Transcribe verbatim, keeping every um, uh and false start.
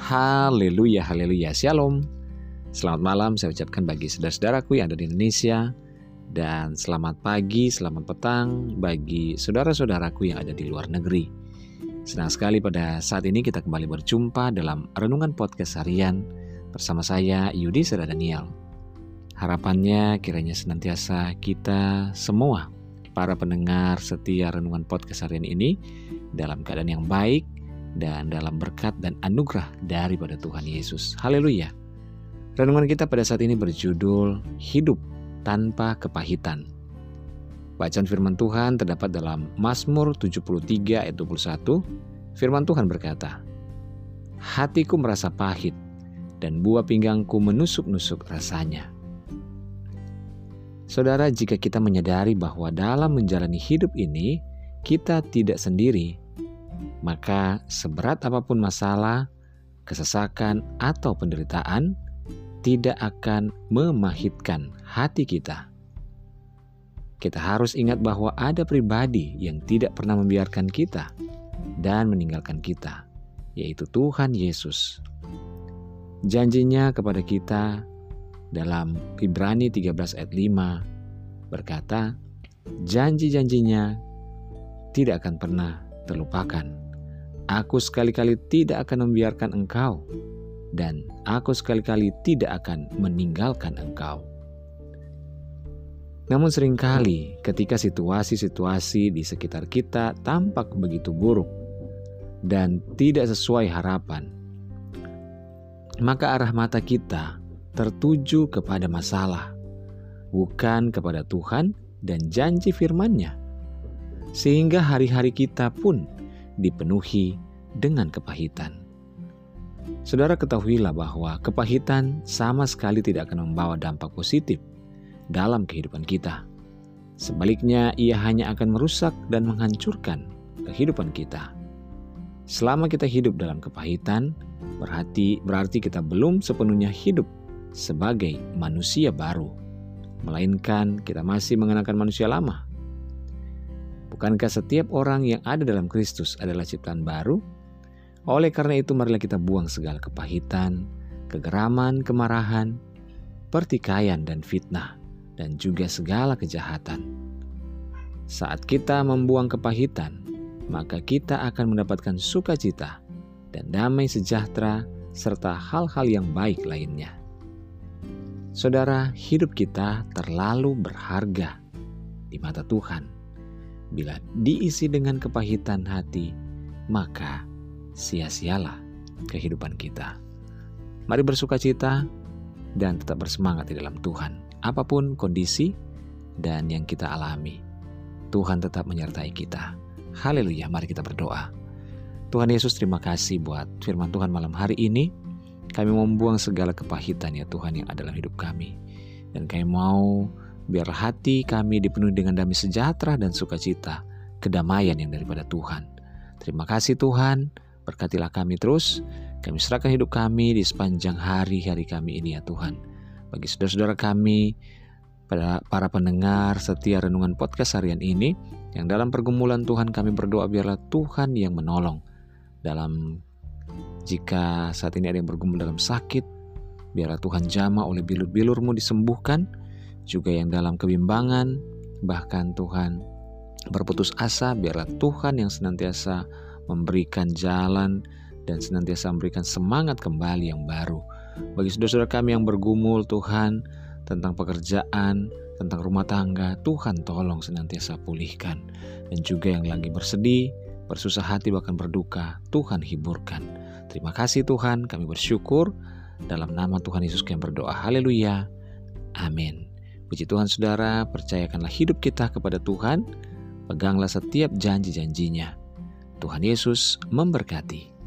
Haleluya, haleluya, shalom. Selamat malam saya ucapkan bagi saudara-saudaraku yang ada di Indonesia. Dan selamat pagi, selamat petang bagi saudara-saudaraku yang ada di luar negeri. Senang sekali pada saat ini kita kembali berjumpa dalam Renungan Podcast Harian bersama saya, Yudi Seda Daniel. Harapannya kiranya senantiasa kita semua, para pendengar setia Renungan Podcast Harian ini, dalam keadaan yang baik, dan dalam berkat dan anugerah daripada Tuhan Yesus. Haleluya. Renungan kita pada saat ini berjudul Hidup Tanpa Kepahitan. Bacaan firman Tuhan terdapat dalam Mazmur tujuh puluh tiga ayat dua puluh satu. Firman Tuhan berkata, "Hatiku merasa pahit dan buah pinggangku menusuk-nusuk rasanya." Saudara, jika kita menyadari bahwa dalam menjalani hidup ini kita tidak sendiri, maka seberat apapun masalah, kesesakan, atau penderitaan tidak akan memahitkan hati kita. Kita harus ingat bahwa ada pribadi yang tidak pernah membiarkan kita dan meninggalkan kita, yaitu Tuhan Yesus. Janjinya kepada kita dalam Ibrani tiga belas ayat lima berkata, janji-janjinya tidak akan pernah terlupakan. Aku sekali-kali tidak akan membiarkan engkau, dan aku sekali-kali tidak akan meninggalkan engkau. Namun seringkali ketika situasi-situasi di sekitar kita tampak begitu buruk dan tidak sesuai harapan, maka arah mata kita tertuju kepada masalah, bukan kepada Tuhan dan janji firman-Nya. Sehingga hari-hari kita pun dipenuhi dengan kepahitan. Saudara, ketahuilah bahwa kepahitan sama sekali tidak akan membawa dampak positif dalam kehidupan kita. Sebaliknya, ia hanya akan merusak dan menghancurkan kehidupan kita. Selama kita hidup dalam kepahitan, berarti, berarti kita belum sepenuhnya hidup sebagai manusia baru, melainkan kita masih mengenakan manusia lama. Bukankah setiap orang yang ada dalam Kristus adalah ciptaan baru? Oleh karena itu, marilah kita buang segala kepahitan, kegeraman, kemarahan, pertikaian dan fitnah, dan juga segala kejahatan. Saat kita membuang kepahitan, maka kita akan mendapatkan sukacita dan damai sejahtera serta hal-hal yang baik lainnya. Saudara, hidup kita terlalu berharga di mata Tuhan. Bila diisi dengan kepahitan hati, maka sia-sialah kehidupan kita. Mari bersukacita dan tetap bersemangat di dalam Tuhan. Apapun kondisi dan yang kita alami, Tuhan tetap menyertai kita. Haleluya, mari kita berdoa. Tuhan Yesus, terima kasih buat firman Tuhan malam hari ini. Kami membuang segala kepahitan ya Tuhan yang ada dalam hidup kami. Dan kami mau biar hati kami dipenuhi dengan damai sejahtera dan sukacita, kedamaian yang daripada Tuhan. Terima kasih Tuhan, berkatilah kami terus. Kami serahkan hidup kami di sepanjang hari-hari kami ini ya Tuhan. Bagi saudara-saudara kami, pada para pendengar setia Renungan Podcast Harian ini, yang dalam pergumulan Tuhan kami berdoa biarlah Tuhan yang menolong. Dalam jika saat ini ada yang bergumul dalam sakit, biarlah Tuhan jamah oleh bilur-bilur-Mu disembuhkan. Juga yang dalam kebimbangan, bahkan Tuhan berputus asa, biarlah Tuhan yang senantiasa memberikan jalan dan senantiasa memberikan semangat kembali yang baru. Bagi saudara-saudara kami yang bergumul Tuhan tentang pekerjaan, tentang rumah tangga, Tuhan tolong senantiasa pulihkan. Dan juga yang lagi bersedih, bersusah hati, bahkan berduka, Tuhan hiburkan. Terima kasih Tuhan, kami bersyukur. Dalam nama Tuhan Yesus kami berdoa. Haleluya. Amin. Puji Tuhan saudara, percayakanlah hidup kita kepada Tuhan, peganglah setiap janji-janjinya. Tuhan Yesus memberkati.